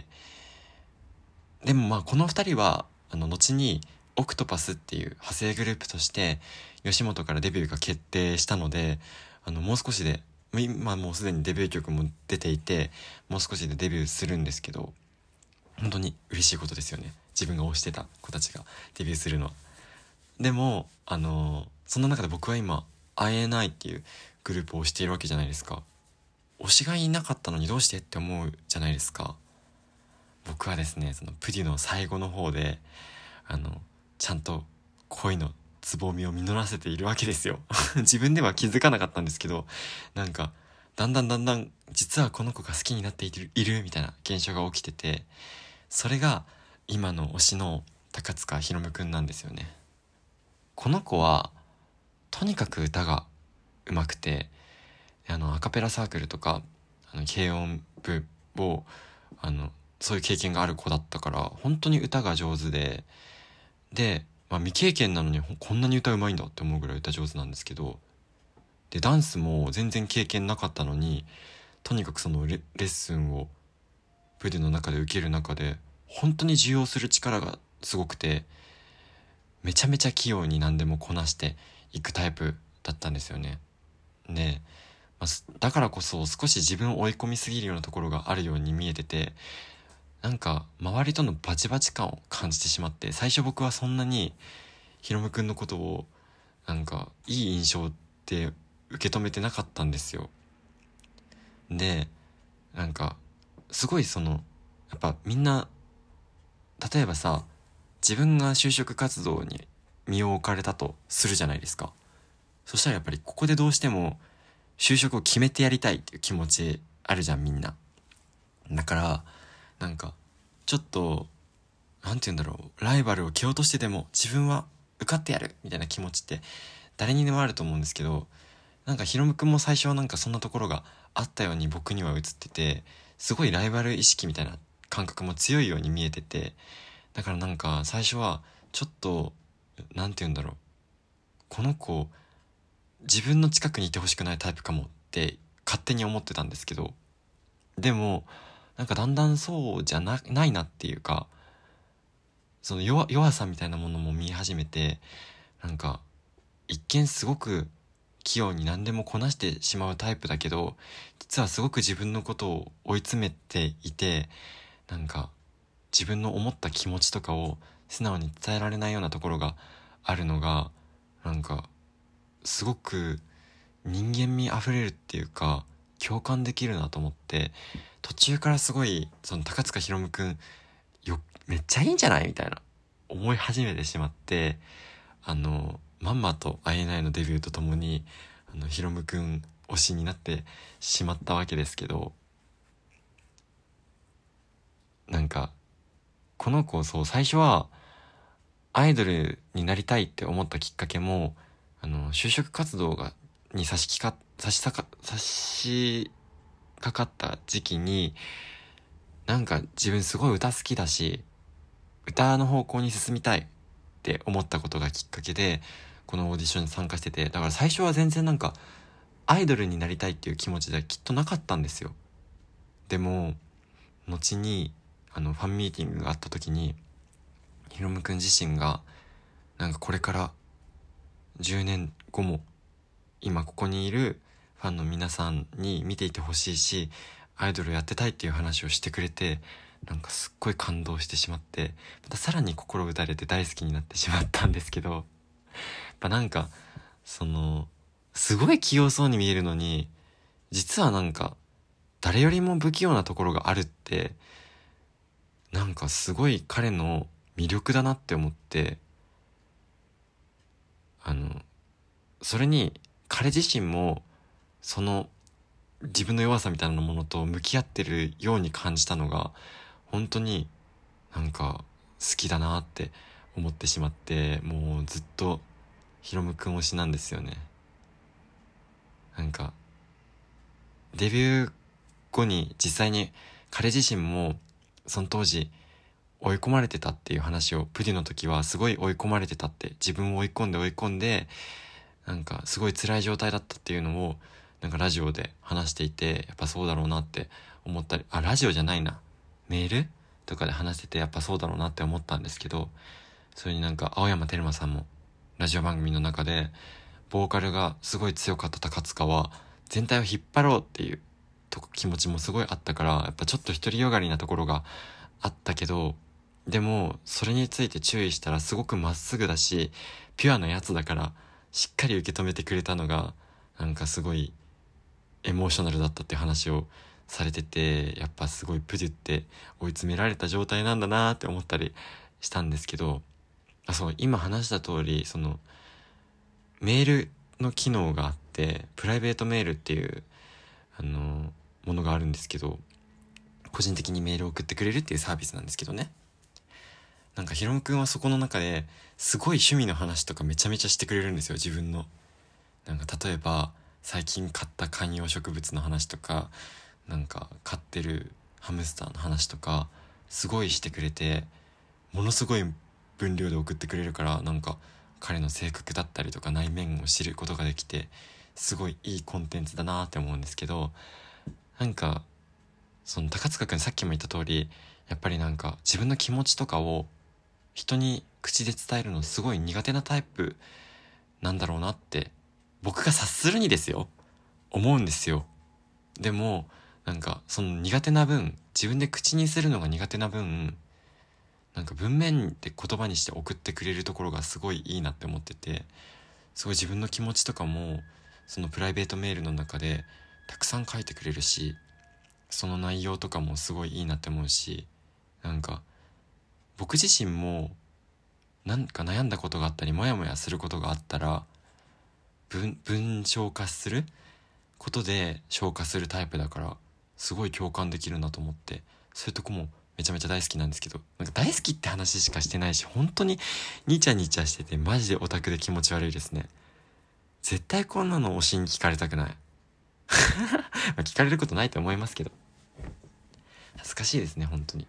でもまあこの二人は後にオクトパスっていう派生グループとして吉本からデビューが決定したので、もう少しで、今もうすでにデビュー曲も出ていて、もう少しでデビューするんですけど、本当に嬉しいことですよね。自分が推してた子たちがデビューするのは。でもそんな中で僕は今 INI っていうグループを推しているわけじゃないですか。推しがいなかったのにどうしてって思うじゃないですか。僕はですね、そのプデュの最後の方でちゃんと恋のつぼみを実らせているわけですよ自分では気づかなかったんですけど、なんかだんだん実はこの子が好きになっているみたいな現象が起きてて、それが今の推しの高塚ひろむくんなんですよね。この子はとにかく歌が上手くて、アカペラサークルとか軽音部をそういう経験がある子だったから、本当に歌が上手で、未経験なのにこんなに歌うまいんだって思うぐらい歌上手なんですけど、でダンスも全然経験なかったのに、とにかくそのレッスンをプデュの中で受ける中で本当に受容する力がすごくて、めちゃめちゃ器用に何でもこなしていくタイプだったんですよね。で、だからこそ少し自分を追い込みすぎるようなところがあるように見えてて、なんか周りとのバチバチ感を感じてしまって、最初僕はそんなにひろむくんのことをなんかいい印象って受け止めてなかったんですよ。で、なんかすごいやっぱみんな、例えばさ、自分が就職活動に身を置かれたとするじゃないですか。そしたらやっぱりここでどうしても就職を決めてやりたいっていう気持ちあるじゃん、みんな。だからなんかちょっとなんて言うんだろう、ライバルを蹴落としてでも自分は受かってやるみたいな気持ちって誰にでもあると思うんですけど、なんかひろむくんも最初はなんかそんなところがあったように僕には映ってて、すごいライバル意識みたいな感覚も強いように見えてて、だからなんか最初はちょっとなんて言うんだろう、この子自分の近くにいてほしくないタイプかもって勝手に思ってたんですけど、でもなんかだんだんそうじゃないなっていうか、その弱さみたいなものも見え始めて、なんか一見すごく器用に何でもこなしてしまうタイプだけど、実はすごく自分のことを追い詰めていて、なんか自分の思った気持ちとかを素直に伝えられないようなところがあるのが、なんかすごく人間味あふれるっていうか共感できるなと思って、途中からすごいその高塚ひろむくんめっちゃいいんじゃないみたいな思い始めてしまって、まんまと INI のデビューとともにひろむくん推しになってしまったわけですけど、なんかこの子、そう最初はアイドルになりたいって思ったきっかけも就職活動に差し掛かった時期に、なんか自分すごい歌好きだし歌の方向に進みたいって思ったことがきっかけでこのオーディションに参加してて、だから最初は全然なんかアイドルになりたいっていう気持ちではきっとなかったんですよ。でも後にファンミーティングがあった時にひろむくん自身がなんかこれから10年後も今ここにいるファンの皆さんに見ていてほしいし、アイドルやってたいっていう話をしてくれて、 なんかすっごい感動してしまって、またさらに心打たれて大好きになってしまったんですけど、やっぱなんかすごい器用そうに見えるのに、実はなんか誰よりも不器用なところがあるって、なんかすごい彼の魅力だなって思って、それに彼自身もその自分の弱さみたいなものと向き合ってるように感じたのが、本当になんか好きだなって思ってしまって、もうずっとヒロムくん推しなんですよね。なんかデビュー後に実際に彼自身もその当時追い込まれてたっていう話を、プディの時はすごい追い込まれてたって、自分を追い込んでなんかすごい辛い状態だったっていうのをなんかラジオで話していて、やっぱそうだろうなって思ったり、ラジオじゃないな、メールとかで話してて、やっぱそうだろうなって思ったんですけど、それになんか青山テルマさんもラジオ番組の中で、ボーカルがすごい強かった高塚は全体を引っ張ろうっていう気持ちもすごいあったから、やっぱちょっと独りよがりなところがあったけど、でもそれについて注意したらすごくまっすぐだしピュアなやつだから、しっかり受け止めてくれたのがなんかすごいエモーショナルだったっていう話をされてて、やっぱすごいプデュって追い詰められた状態なんだなって思ったりしたんですけど、そう、今話した通りメールの機能があって、プライベートメールっていうものがあるんですけど、個人的にメールを送ってくれるっていうサービスなんですけどね。なんかヒロムくんはそこの中ですごい趣味の話とかめちゃめちゃしてくれるんですよ、自分の。なんか例えば最近買った観葉植物の話とか、なんか飼ってるハムスターの話とかすごいしてくれて、ものすごい分量で送ってくれるから、なんか彼の性格だったりとか内面を知ることができて、すごいいいコンテンツだなって思うんですけど、なんかその高塚くんさっきも言った通り、やっぱりなんか自分の気持ちとかを人に口で伝えるのすごい苦手なタイプなんだろうなって、僕が察するにですよ、思うんですよ。でもなんかその苦手な分、自分で口にするのが苦手な分、なんか文面で言葉にして送ってくれるところがすごいいいなって思ってて、すごい自分の気持ちとかもそのプライベートメールの中でたくさん書いてくれるし、その内容とかもすごいいいなって思うし、なんか僕自身もなんか悩んだことがあったりモヤモヤすることがあったら文章化することで消化するタイプだから、すごい共感できるなと思って、そういうとこもめちゃめちゃ大好きなんですけど、なんか大好きって話しかしてないし、本当にニチャニチャしててマジでオタクで気持ち悪いですね。絶対こんなの推しに聞かれたくない。聞かれることないと思いますけど、恥ずかしいですね本当に。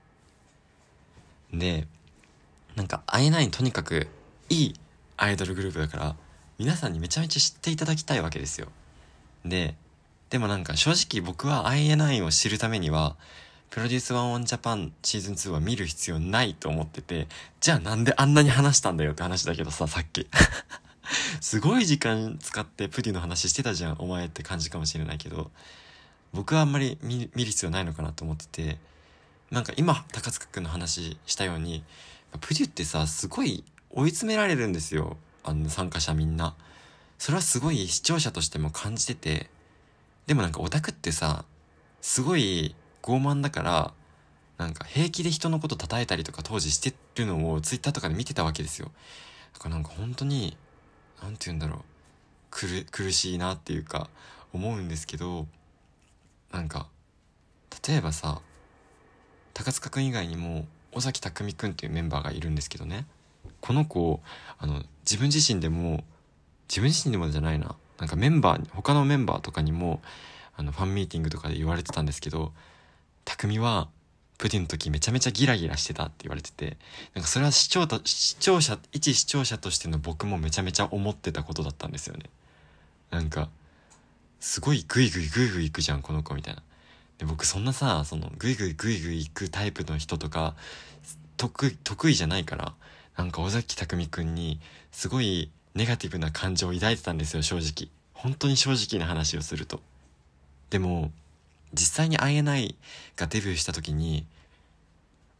でなんかINIとにかくいいアイドルグループだから、皆さんにめちゃめちゃ知っていただきたいわけですよ。でもなんか正直僕は INI を知るためにはプロデュース1 on Japan シーズン2は見る必要ないと思ってて、じゃあなんであんなに話したんだよって話だけどさ、さっきすごい時間使ってプディの話してたじゃんお前って感じかもしれないけど、僕はあんまり見る必要ないのかなと思ってて、なんか今高塚くんの話したようにプデュってさすごい追い詰められるんですよ、参加者みんな。それはすごい視聴者としても感じてて、でもなんかオタクってさすごい傲慢だから、なんか平気で人のこと叩いたりとか当時してるのをツイッターとかで見てたわけですよ。だからなんか本当になんて言うんだろう、苦しいなっていうか思うんですけど、なんか例えばさ高塚くん以外にも尾崎匠くんっていうメンバーがいるんですけどね、この子自分自身でもじゃないな、なんか他のメンバーとかにもファンミーティングとかで言われてたんですけど、匠はプディの時めちゃめちゃギラギラしてたって言われてて、なんかそれは一視聴者としての僕もめちゃめちゃ思ってたことだったんですよね。なんかすごいグイグイ行くじゃんこの子みたいな。で僕そんなさ、そのグイグイ行くタイプの人とか得意じゃないから、なんか尾崎匠くんにすごいネガティブな感情を抱いてたんですよ、正直。本当に正直な話をすると。でも実際に INI がデビューした時に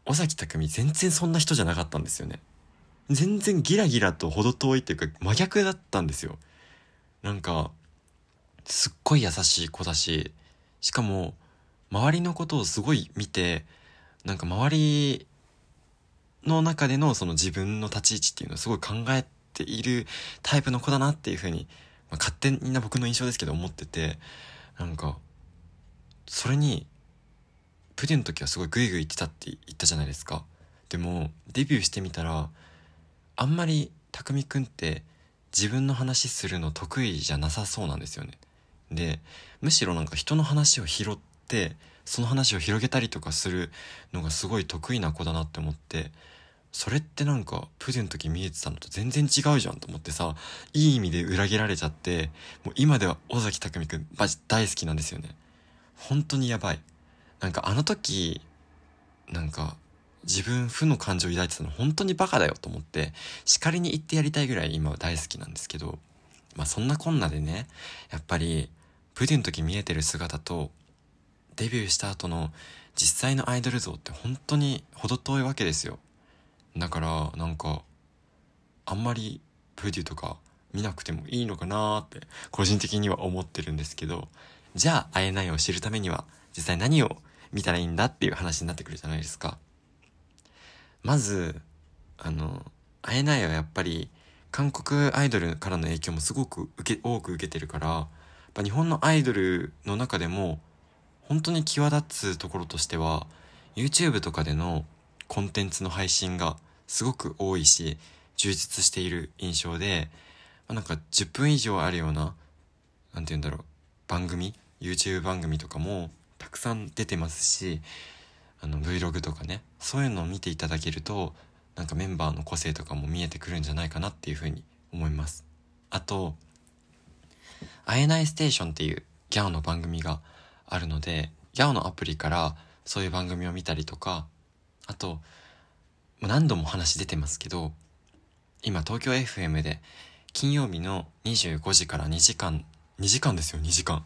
尾崎匠全然そんな人じゃなかったんですよね。全然ギラギラと程遠いっていうか真逆だったんですよ。なんかすっごい優しい子だし、しかも周りのことをすごい見て、なんか周りの中でのその自分の立ち位置っていうのをすごい考えているタイプの子だなっていうふうに、勝手な僕の印象ですけど思ってて、なんかそれにプデュの時はすごいグイグイ言ってたって言ったじゃないですか。でもデビューしてみたらあんまり匠くんって自分の話するの得意じゃなさそうなんですよね。でむしろなんか人の話を拾ってその話を広げたりとかするのがすごい得意な子だなって思って、それってなんかプデュの時見えてたのと全然違うじゃんと思ってさ、いい意味で裏切られちゃって、もう今では尾崎匠くんマジ大好きなんですよね。本当にやばい。なんかあの時なんか自分負の感情を抱いてたの本当にバカだよと思って叱りに行ってやりたいぐらい今は大好きなんですけど、そんなこんなでね、やっぱりプデュの時見えてる姿とデビューした後の実際のアイドル像って本当に程遠いわけですよ。だからなんかあんまりプデュとか見なくてもいいのかなーって個人的には思ってるんですけど、じゃあ会えないを知るためには実際何を見たらいいんだっていう話になってくるじゃないですか。まず会えないはやっぱり韓国アイドルからの影響もすごく多く受けてるから、やっぱ日本のアイドルの中でも本当に際立つところとしては YouTube とかでのコンテンツの配信がすごく多いし充実している印象で、なんか10分以上あるような、なんて言うんだろう、番組 YouTube 番組とかもたくさん出てますし、Vlog とかね、そういうのを見ていただけるとなんかメンバーの個性とかも見えてくるんじゃないかなっていうふうに思います。あと会えないステーションっていうギャオの番組があるので、ギャオのアプリからそういう番組を見たりとか、あと何度も話出てますけど、今東京 FM で金曜日の25時から2時間ですよ。2時間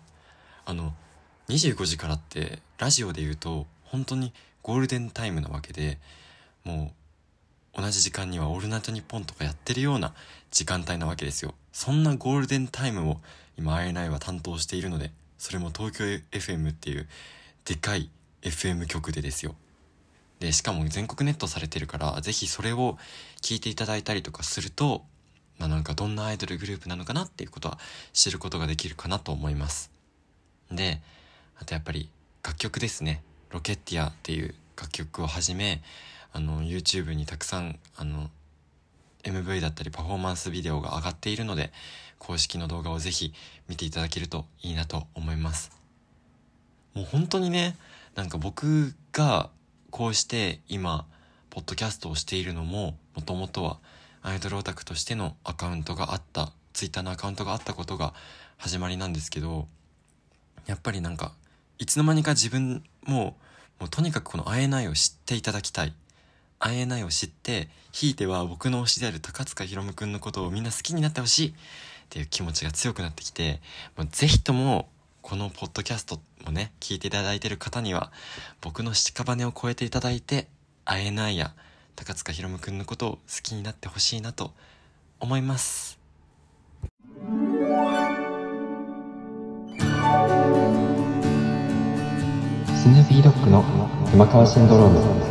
25時からってラジオで言うと本当にゴールデンタイムなわけで、もう同じ時間にはオールナイトニッポンとかやってるような時間帯なわけですよ。そんなゴールデンタイムを今 INI は担当しているので、それも東京 FM っていうでかい FM 局でですよ。でしかも全国ネットされてるから、ぜひそれを聞いていただいたりとかすると、なんかどんなアイドルグループなのかなっていうことは知ることができるかなと思います。であとやっぱり楽曲ですね。ロケッティアっていう楽曲をはじめYouTube にたくさんMV だったりパフォーマンスビデオが上がっているので、公式の動画をぜひ見ていただけるといいなと思います。もう本当にね、なんか僕がこうして今ポッドキャストをしているのも、もともとはアイドルオタクとしてのアカウントがあった、ツイッターのアカウントがあったことが始まりなんですけど、やっぱりなんかいつの間にか自分もうとにかくこのINIを知っていただきたい、INIを知って、ひいては僕の推しである高塚ひろむくんのことをみんな好きになってほしいっていう気持ちが強くなってきて、ぜひともこのポッドキャストもね、聞いていただいている方には僕の屍を越えていただいて、INIや高塚ひろむくんのことを好きになってほしいなと思います。 スヌーピードッグの熊川シンドローム。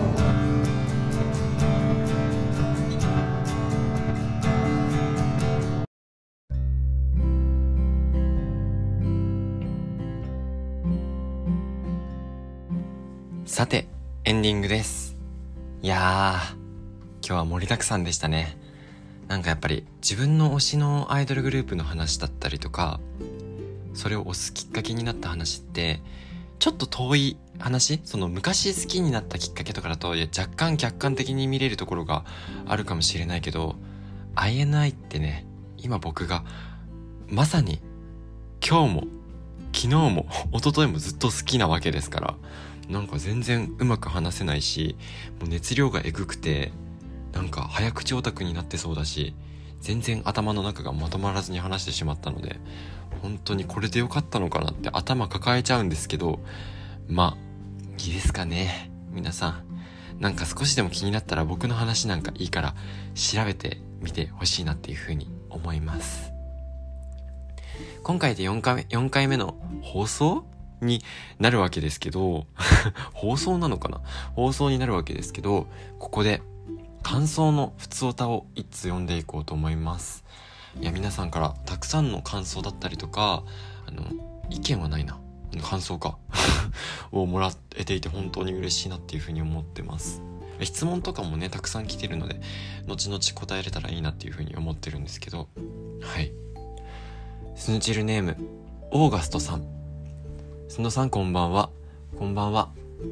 さてエンディングです。いやー、今日は盛りだくさんでしたね。なんかやっぱり自分の推しのアイドルグループの話だったりとか、それを推すきっかけになった話ってちょっと遠い話、その昔好きになったきっかけとかだと若干客観的に見れるところがあるかもしれないけど、 INI ってね、今僕がまさに今日も昨日も一昨日もずっと好きなわけですから、なんか全然うまく話せないし、もう熱量がえぐくて、なんか早口オタクになってそうだし、全然頭の中がまとまらずに話してしまったので、本当にこれでよかったのかなって頭抱えちゃうんですけど、いいですかね皆さん。 なんか少しでも気になったら僕の話なんかいいから調べてみてほしいなっていうふうに思います。今回で4回目の放送になるわけですけど放送なのかな、放送になるわけですけど、ここで感想のふつおたを一通読んでいこうと思います。いや、皆さんからたくさんの感想だったりとか、意見はないな、感想かをもらえていて本当に嬉しいなっていうふうに思ってます。質問とかもねたくさん来てるので、後々答えれたらいいなっていうふうに思ってるんですけど、はい。スヌチルネームオーガストさん。スノさんこんばんは。こんばんは。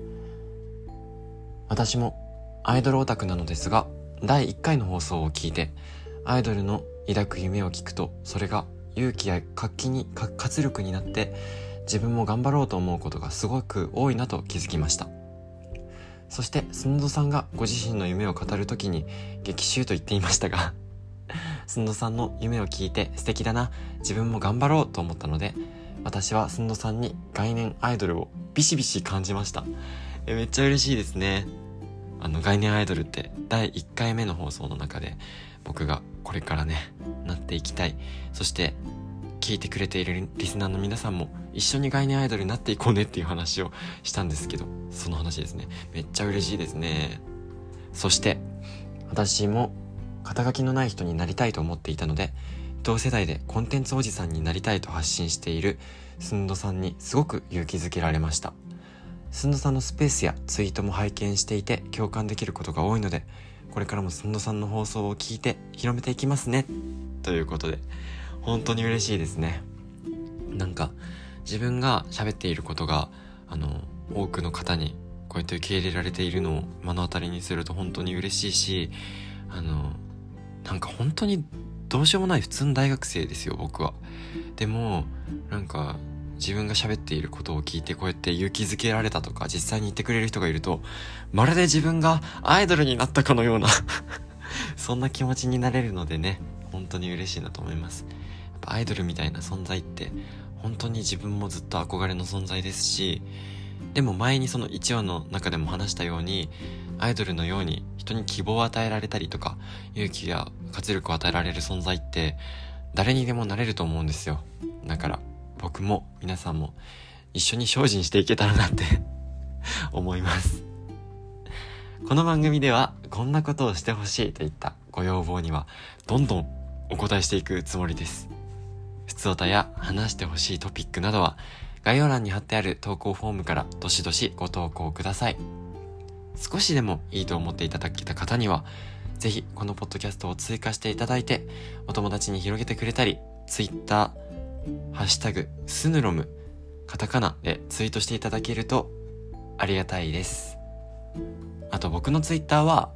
私もアイドルオタクなのですが、第1回の放送を聞いて、アイドルの抱く夢を聞くと、それが勇気や活力になって自分も頑張ろうと思うことがすごく多いなと気づきました。そしてスンドさんがご自身の夢を語るときに激臭と言っていましたがスンドさんの夢を聞いて素敵だな、自分も頑張ろうと思ったので、私はスンドさんに概念アイドルをビシビシ感じました。めっちゃ嬉しいですね。概念アイドルって第1回目の放送の中で僕がこれからねなっていきたい、そして聞いてくれているリスナーの皆さんも一緒に概念アイドルになっていこうねっていう話をしたんですけど、その話ですね。めっちゃ嬉しいですね。そして私も肩書きのない人になりたいと思っていたので、同世代でコンテンツおじさんになりたいと発信しているスンドさんにすごく勇気づけられました。スンドさんのスペースやツイートも拝見していて共感できることが多いので、これからもスンドさんの放送を聞いて広めていきますね、ということで本当に嬉しいですね。なんか自分が喋っていることが多くの方にこうやって受け入れられているのを目の当たりにすると本当に嬉しいし、なんか本当にどうしようもない普通の大学生ですよ、僕は。でもなんか自分が喋っていることを聞いてこうやって勇気づけられたとか実際に言ってくれる人がいると、まるで自分がアイドルになったかのようなそんな気持ちになれるのでね、本当に嬉しいなと思います。やっぱアイドルみたいな存在って本当に自分もずっと憧れの存在ですし、でも前にその1話の中でも話したように、アイドルのように人に希望を与えられたりとか勇気や活力を与えられる存在って誰にでもなれると思うんですよ。だから僕も皆さんも一緒に精進していけたらなって思います。この番組ではこんなことをしてほしいといったご要望にはどんどんお答えしていくつもりです。ふつおたや話してほしいトピックなどは概要欄に貼ってある投稿フォームからどしどしご投稿ください。少しでもいいと思っていただけた方にはぜひこのポッドキャストを追加していただいてお友達に広げてくれたり、Twitterハッシュタグスヌロムカタカナでツイートしていただけるとありがたいです。あと僕のツイッターは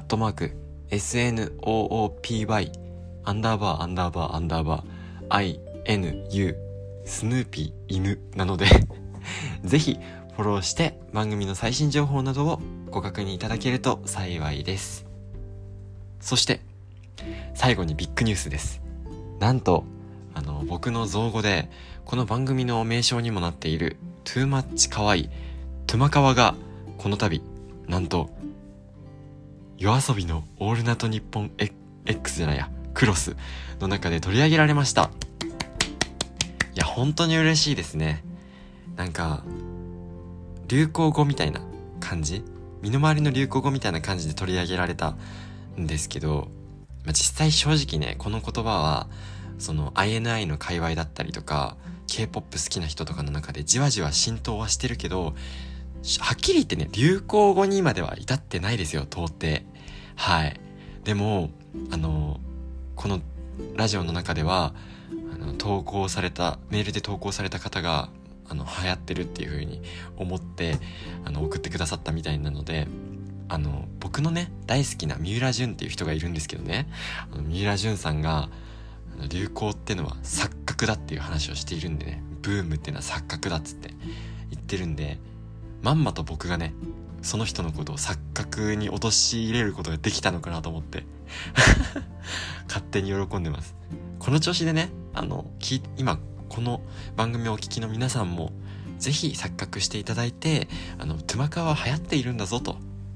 @SNOOPY__INU スヌーピー犬なのでぜひフォローして番組の最新情報などをご確認いただけると幸いです。そして最後にビッグニュースです。なんと僕の造語でこの番組の名称にもなっているトゥーマッチかわいいトゥマカワがこの度なんとYOASOBIのオールナイトニッポン X じゃないやクロスの中で取り上げられました。いや本当に嬉しいですね。なんか流行語みたいな感じ、身の回りの流行語みたいな感じで取り上げられたんですけど、実際正直ねこの言葉はその INI の界隈だったりとか K-POP 好きな人とかの中でじわじわ浸透はしてるけど、はっきり言ってね流行語にまでは至ってないですよ、到底。はい。でもこのラジオの中では投稿されたメールで投稿された方が流行ってるっていう風に思って送ってくださったみたいなので、僕のね大好きな三浦淳っていう人がいるんですけどね、三浦淳さんが流行ってのは錯覚だっていう話をしているんでね、ブームっていうのは錯覚だっつって言ってるんで、まんまと僕がねその人のことを錯覚に陥れることができたのかなと思って勝手に喜んでます。この調子でね今この番組をお聞きの皆さんもぜひ錯覚していただいてトゥマカは流行っているんだぞと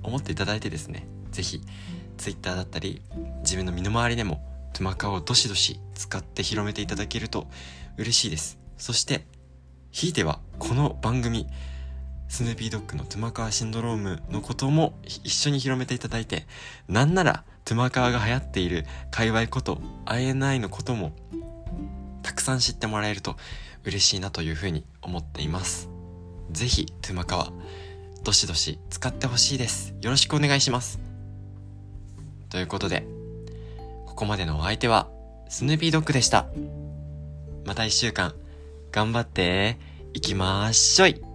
思っていただいてですね、ぜひ Twitter だったり自分の身の回りでもトゥマカをどしどし使って広めていただけると嬉しいです。そしてひいてはこの番組スヌーピードッグのトゥマカワシンドロームのことも一緒に広めていただいて、なんならトゥマカワが流行っている界隈こと INI のこともたくさん知ってもらえると嬉しいなというふうに思っています。ぜひトゥマカワどしどし使ってほしいです。よろしくお願いします。ということでここまでのお相手はスヌーピードッグでした。また1週間頑張っていきまーしょい。